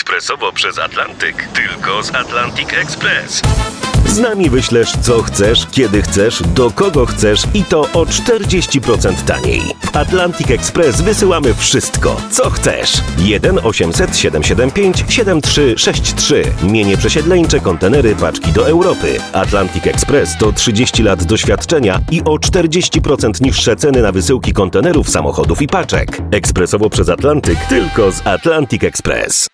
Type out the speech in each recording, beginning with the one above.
ekspresowo przez Atlantyk. Tylko z Atlantic Express. Z nami wyślesz co chcesz, kiedy chcesz, do kogo chcesz i to o 40% taniej. W Atlantic Express wysyłamy wszystko, co chcesz. 1 800 775 7363. Mienie przesiedleńcze, kontenery, paczki do Europy. Atlantic Express to 30 lat doświadczenia i o 40% niższe ceny na wysyłki kontenerów, samochodów i paczek. Ekspresowo przez Atlantyk, tylko z Atlantic Express.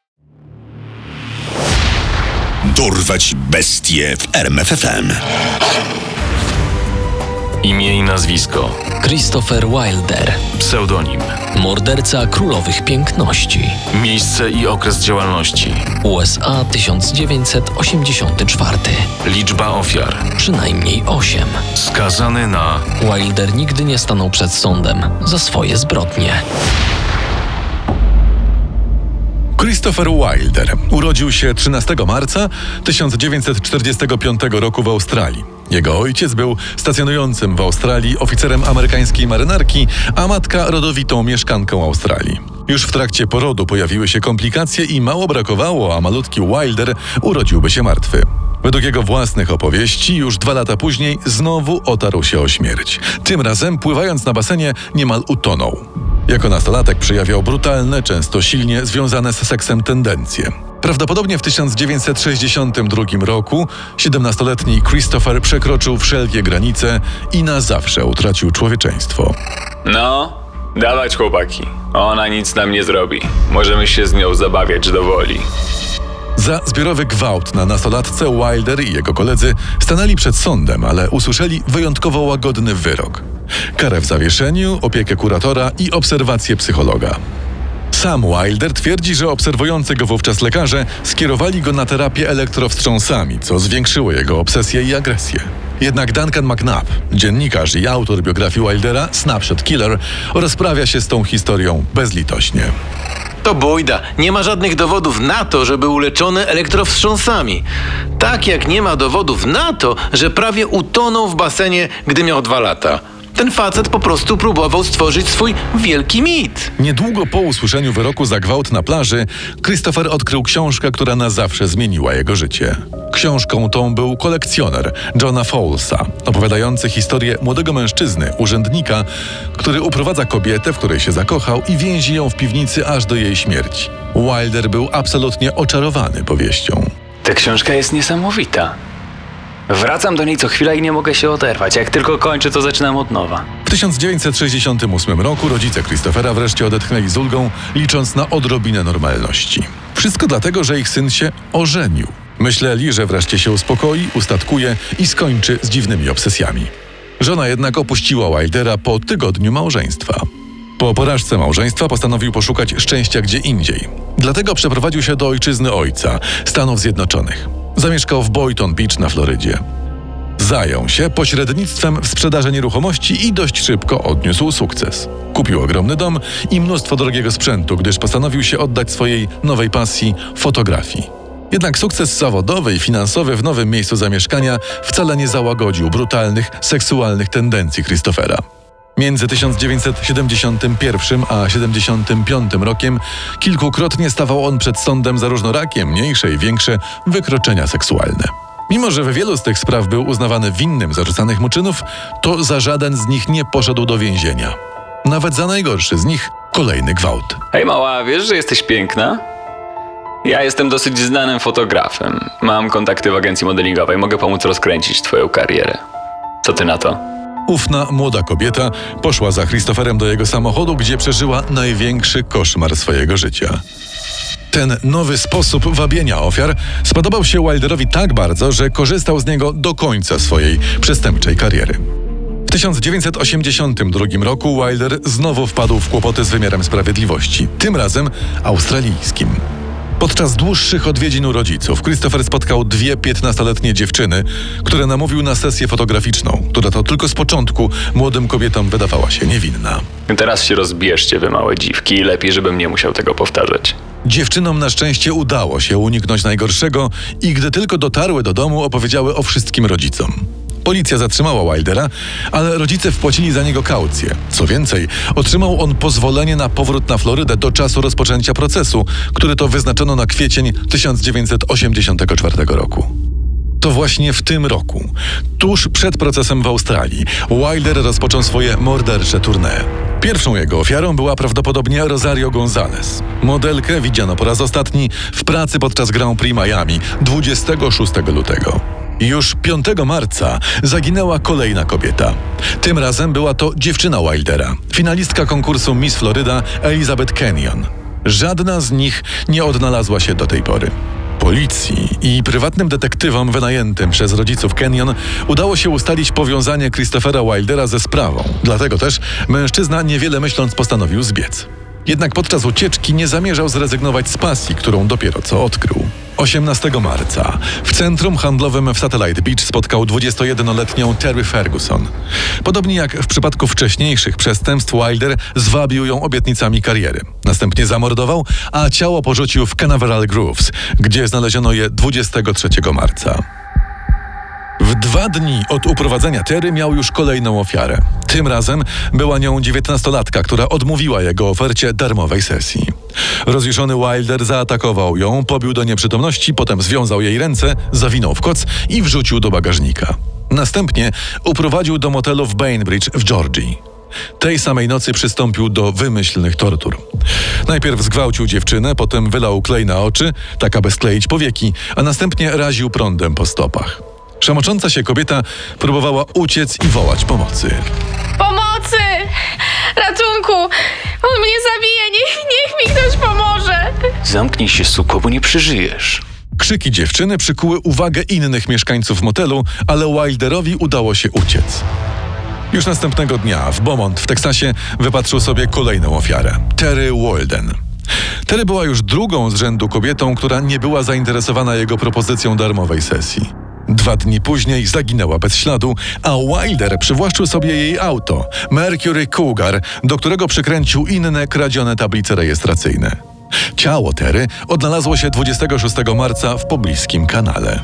Dorwać bestie w RMF FM. Imię i nazwisko: Christopher Wilder. pseudonim, Morderca królowych piękności. miejsce i okres działalności, USA 1984. liczba ofiar, Przynajmniej 8. skazany na Wilder nigdy nie stanął przed sądem za swoje zbrodnie. Christopher Wilder urodził się 13 marca 1945 roku w Australii. Jego ojciec był stacjonującym w Australii oficerem amerykańskiej marynarki, a matka rodowitą mieszkanką Australii. Już w trakcie porodu pojawiły się komplikacje i mało brakowało, a malutki Wilder urodziłby się martwy. Według jego własnych opowieści, już 2 lata później znowu otarł się o śmierć. Tym razem, pływając na basenie, niemal utonął. Jako nastolatek przejawiał brutalne, często silnie związane z seksem tendencje. Prawdopodobnie w 1962 roku 17-letni Christopher przekroczył wszelkie granice i na zawsze utracił człowieczeństwo. No, dawać chłopaki. Ona nic nam nie zrobi. Możemy się z nią zabawiać do woli. Za zbiorowy gwałt na nastolatce Wilder i jego koledzy stanęli przed sądem, ale usłyszeli wyjątkowo łagodny wyrok. Karę w zawieszeniu, opiekę kuratora i obserwację psychologa. Sam Wilder twierdzi, że obserwujący go wówczas lekarze skierowali go na terapię elektrowstrząsami, co zwiększyło jego obsesję i agresję. Jednak Duncan McNabb, dziennikarz i autor biografii Wildera Snapshot Killer, rozprawia się z tą historią bezlitośnie. To bójda. Nie ma żadnych dowodów na to, że był uleczony elektrowstrząsami. Tak jak nie ma dowodów na to, że prawie utonął w basenie, gdy miał 2 lata. Ten facet po prostu próbował stworzyć swój wielki mit. Niedługo po usłyszeniu wyroku za gwałt na plaży, Christopher odkrył książkę, która na zawsze zmieniła jego życie. Książką tą był Kolekcjoner Johna Fowlesa, opowiadający historię młodego mężczyzny, urzędnika, który uprowadza kobietę, w której się zakochał i więzi ją w piwnicy aż do jej śmierci. Wilder był absolutnie oczarowany powieścią. Ta książka jest niesamowita. Wracam do niej co chwila i nie mogę się oderwać. Jak tylko kończę, to zaczynam od nowa. W 1968 roku rodzice Christophera wreszcie odetchnęli z ulgą, licząc na odrobinę normalności. Wszystko dlatego, że ich syn się ożenił. Myśleli, że wreszcie się uspokoi, ustatkuje i skończy z dziwnymi obsesjami. Żona jednak opuściła Wildera po tygodniu małżeństwa. Po porażce małżeństwa postanowił poszukać szczęścia gdzie indziej. Dlatego przeprowadził się do ojczyzny ojca, Stanów Zjednoczonych. Zamieszkał w Boynton Beach na Florydzie. Zajął się pośrednictwem w sprzedaży nieruchomości i dość szybko odniósł sukces. Kupił ogromny dom i mnóstwo drogiego sprzętu, gdyż postanowił się oddać swojej nowej pasji – fotografii. Jednak sukces zawodowy i finansowy w nowym miejscu zamieszkania wcale nie załagodził brutalnych, seksualnych tendencji Christophera. Między 1971 a 1975 rokiem kilkukrotnie stawał on przed sądem za różnorakie, mniejsze i większe wykroczenia seksualne. Mimo że w wielu z tych spraw był uznawany winnym zarzucanych mu czynów, to za żaden z nich nie poszedł do więzienia. Nawet za najgorszy z nich kolejny gwałt. Hej mała, wiesz, że jesteś piękna? Ja jestem dosyć znanym fotografem. Mam kontakty w agencji modelingowej, mogę pomóc rozkręcić twoją karierę. Co ty na to? Ufna, młoda kobieta poszła za Christopherem do jego samochodu, gdzie przeżyła największy koszmar swojego życia. Ten nowy sposób wabienia ofiar spodobał się Wilderowi tak bardzo, że korzystał z niego do końca swojej przestępczej kariery. W 1982 roku Wilder znowu wpadł w kłopoty z wymiarem sprawiedliwości, tym razem australijskim. Podczas dłuższych odwiedzin u rodziców Christopher spotkał 2 15-letnie dziewczyny, które namówił na sesję fotograficzną, która to tylko z początku młodym kobietom wydawała się niewinna. Teraz się rozbierzcie, wy małe dziwki, i lepiej, żebym nie musiał tego powtarzać. Dziewczynom na szczęście udało się uniknąć najgorszego i gdy tylko dotarły do domu, opowiedziały o wszystkim rodzicom. Policja zatrzymała Wildera, ale rodzice wpłacili za niego kaucję. Co więcej, otrzymał on pozwolenie na powrót na Florydę do czasu rozpoczęcia procesu, który to wyznaczono na kwiecień 1984 roku. To właśnie w tym roku, tuż przed procesem w Australii, Wilder rozpoczął swoje mordercze tournée. Pierwszą jego ofiarą była prawdopodobnie Rosario González. Modelkę widziano po raz ostatni w pracy podczas Grand Prix Miami 26 lutego. Już 5 marca zaginęła kolejna kobieta. Tym razem była to dziewczyna Wildera, finalistka konkursu Miss Florida Elizabeth Kenyon. Żadna z nich nie odnalazła się do tej pory. Policji i prywatnym detektywom wynajętym przez rodziców Kenyon udało się ustalić powiązanie Christophera Wildera ze sprawą. Dlatego też mężczyzna niewiele myśląc postanowił zbiec. Jednak podczas ucieczki nie zamierzał zrezygnować z pasji, którą dopiero co odkrył. 18 marca w centrum handlowym w Satellite Beach spotkał 21-letnią Terry Ferguson. Podobnie jak w przypadku wcześniejszych przestępstw, Wilder zwabił ją obietnicami kariery. Następnie zamordował, a ciało porzucił w Canaveral Groves, gdzie znaleziono je 23 marca. W 2 dni od uprowadzenia Terry miał już kolejną ofiarę. Tym razem była nią 19-latka, która odmówiła jego ofercie darmowej sesji. Rozjuszony Wilder zaatakował ją, pobił do nieprzytomności, potem związał jej ręce, zawinął w koc i wrzucił do bagażnika. Następnie uprowadził do motelu w Bainbridge w Georgii. Tej samej nocy przystąpił do wymyślnych tortur. Najpierw zgwałcił dziewczynę, potem wylał klej na oczy, tak aby skleić powieki, a następnie raził prądem po stopach. Szamocząca się kobieta próbowała uciec i wołać pomocy. Pomocy! Ratunku! On mnie zabije! Niech mi ktoś pomoże! Zamknij się, suko, bo nie przeżyjesz. Krzyki dziewczyny przykuły uwagę innych mieszkańców motelu, ale Wilderowi udało się uciec. Już następnego dnia w Beaumont w Teksasie wypatrzył sobie kolejną ofiarę – Terry Walden. Terry była już drugą z rzędu kobietą, która nie była zainteresowana jego propozycją darmowej sesji. 2 dni później zaginęła bez śladu, a Wilder przywłaszczył sobie jej auto, Mercury Cougar, do którego przykręcił inne kradzione tablice rejestracyjne. Ciało Terry odnalazło się 26 marca w pobliskim kanale.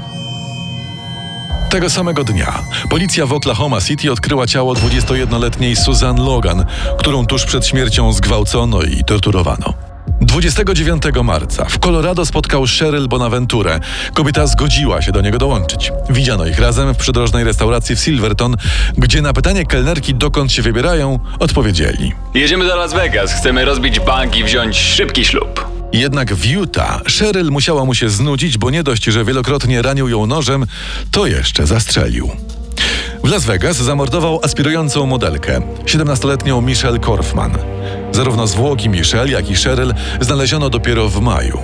Tego samego dnia policja w Oklahoma City odkryła ciało 21-letniej Suzanne Logan, którą tuż przed śmiercią zgwałcono i torturowano. 29 marca w Colorado spotkał Cheryl Bonaventure. Kobieta zgodziła się do niego dołączyć. Widziano ich razem w przydrożnej restauracji w Silverton, gdzie na pytanie kelnerki, dokąd się wybierają, odpowiedzieli: Jedziemy do Las Vegas, chcemy rozbić bank i wziąć szybki ślub. Jednak w Utah Cheryl musiała mu się znudzić, bo nie dość, że wielokrotnie ranił ją nożem, to jeszcze zastrzelił. W Las Vegas zamordował aspirującą modelkę, 17-letnią Michelle Korfman. Zarówno zwłoki Michelle, jak i Cheryl znaleziono dopiero w maju.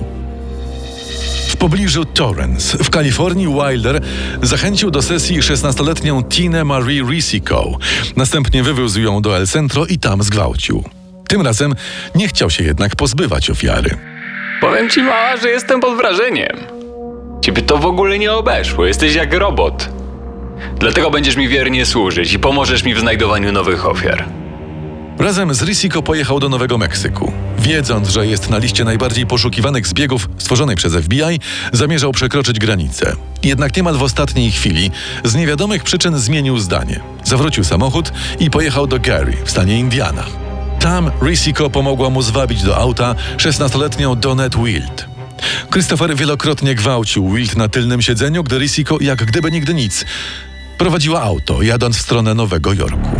W pobliżu Torrance w Kalifornii Wilder zachęcił do sesji 16-letnią Tinę Marie Risico. Następnie wywiózł ją do El Centro i tam zgwałcił. Tym razem nie chciał się jednak pozbywać ofiary. Powiem ci, mała, że jestem pod wrażeniem. Ciebie to w ogóle nie obeszło, jesteś jak robot. Dlatego będziesz mi wiernie służyć i pomożesz mi w znajdowaniu nowych ofiar. Razem z Risico pojechał do Nowego Meksyku. Wiedząc, że jest na liście najbardziej poszukiwanych zbiegów stworzonej przez FBI, zamierzał przekroczyć granicę. Jednak niemal w ostatniej chwili z niewiadomych przyczyn zmienił zdanie. Zawrócił samochód i pojechał do Gary w stanie Indiana. Tam Risico pomogła mu zwabić do auta 16-letnią Donette Wild. Christopher wielokrotnie gwałcił Wild na tylnym siedzeniu, gdy Risico, jak gdyby nigdy nic, prowadziła auto, jadąc w stronę Nowego Jorku.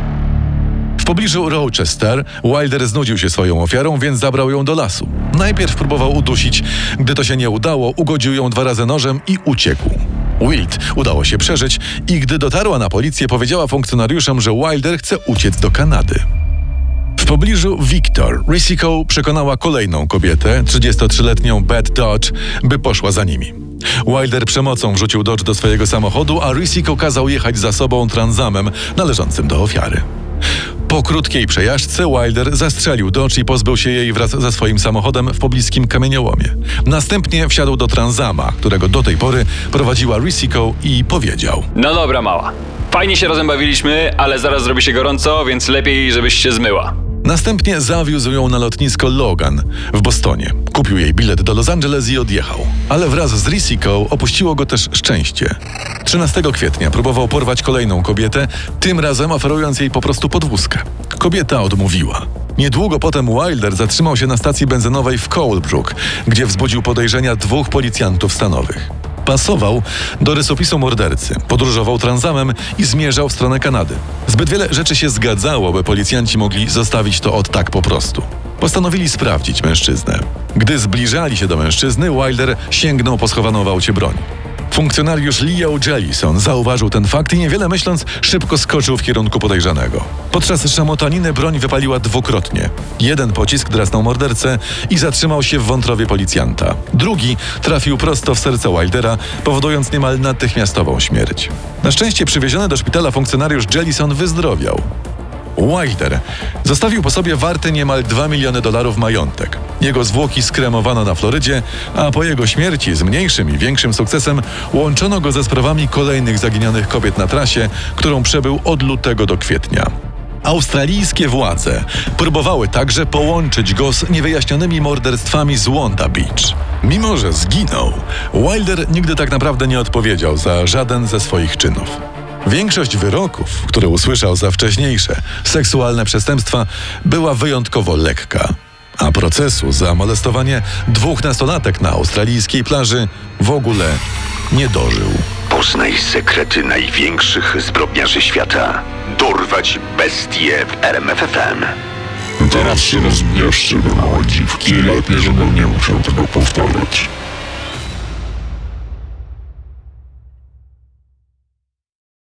W pobliżu Rochester Wilder znudził się swoją ofiarą, więc zabrał ją do lasu. Najpierw próbował udusić, gdy to się nie udało, ugodził ją 2 razy nożem i uciekł. Wild udało się przeżyć i gdy dotarła na policję, powiedziała funkcjonariuszom, że Wilder chce uciec do Kanady. W pobliżu Victor Risico przekonała kolejną kobietę, 33-letnią Beth Dodge, by poszła za nimi. Wilder przemocą wrzucił Dodge do swojego samochodu, a Risico kazał jechać za sobą Transamem należącym do ofiary. Po krótkiej przejażdżce Wilder zastrzelił Dodge i pozbył się jej wraz ze swoim samochodem w pobliskim kamieniołomie. Następnie wsiadł do Transama, którego do tej pory prowadziła Risico, i powiedział: No dobra, mała. Fajnie się rozem bawiliśmy, ale zaraz zrobi się gorąco, więc lepiej, żebyś się zmyła. Następnie zawiózł ją na lotnisko Logan w Bostonie. Kupił jej bilet do Los Angeles i odjechał. Ale wraz z Risiką opuściło go też szczęście. 13 kwietnia próbował porwać kolejną kobietę, tym razem oferując jej po prostu podwózkę. Kobieta odmówiła. Niedługo potem Wilder zatrzymał się na stacji benzynowej w Colebrook, gdzie wzbudził podejrzenia 2 policjantów stanowych. Pasował do rysopisu mordercy, podróżował transamem i zmierzał w stronę Kanady. Zbyt wiele rzeczy się zgadzało, by policjanci mogli zostawić to od tak po prostu. Postanowili sprawdzić mężczyznę. Gdy zbliżali się do mężczyzny, Wilder sięgnął po schowaną w aucie broń. Funkcjonariusz Leo Jellison zauważył ten fakt i niewiele myśląc szybko skoczył w kierunku podejrzanego. Podczas szamotaniny broń wypaliła 2-krotnie. Jeden pocisk drasnął mordercę i zatrzymał się w wątrowie policjanta. Drugi trafił prosto w serce Wildera, powodując niemal natychmiastową śmierć. Na szczęście przywieziony do szpitala funkcjonariusz Jellison wyzdrowiał. Wilder zostawił po sobie warty niemal $2 miliony majątek. Jego zwłoki skremowano na Florydzie, a po jego śmierci z mniejszym i większym sukcesem łączono go ze sprawami kolejnych zaginionych kobiet na trasie, którą przebył od lutego do kwietnia. Australijskie władze próbowały także połączyć go z niewyjaśnionymi morderstwami z Wanda Beach. Mimo że zginął, Wilder nigdy tak naprawdę nie odpowiedział za żaden ze swoich czynów. Większość wyroków, które usłyszał za wcześniejsze seksualne przestępstwa, była wyjątkowo lekka, a procesu za molestowanie 2 nastolatek na australijskiej plaży w ogóle nie dożył. Poznaj sekrety największych zbrodniarzy świata. Dorwać bestie w RMF FM. Teraz się rozbierzcie do małe dziwki, lepiej, żebym nie musiał tego powtarzać.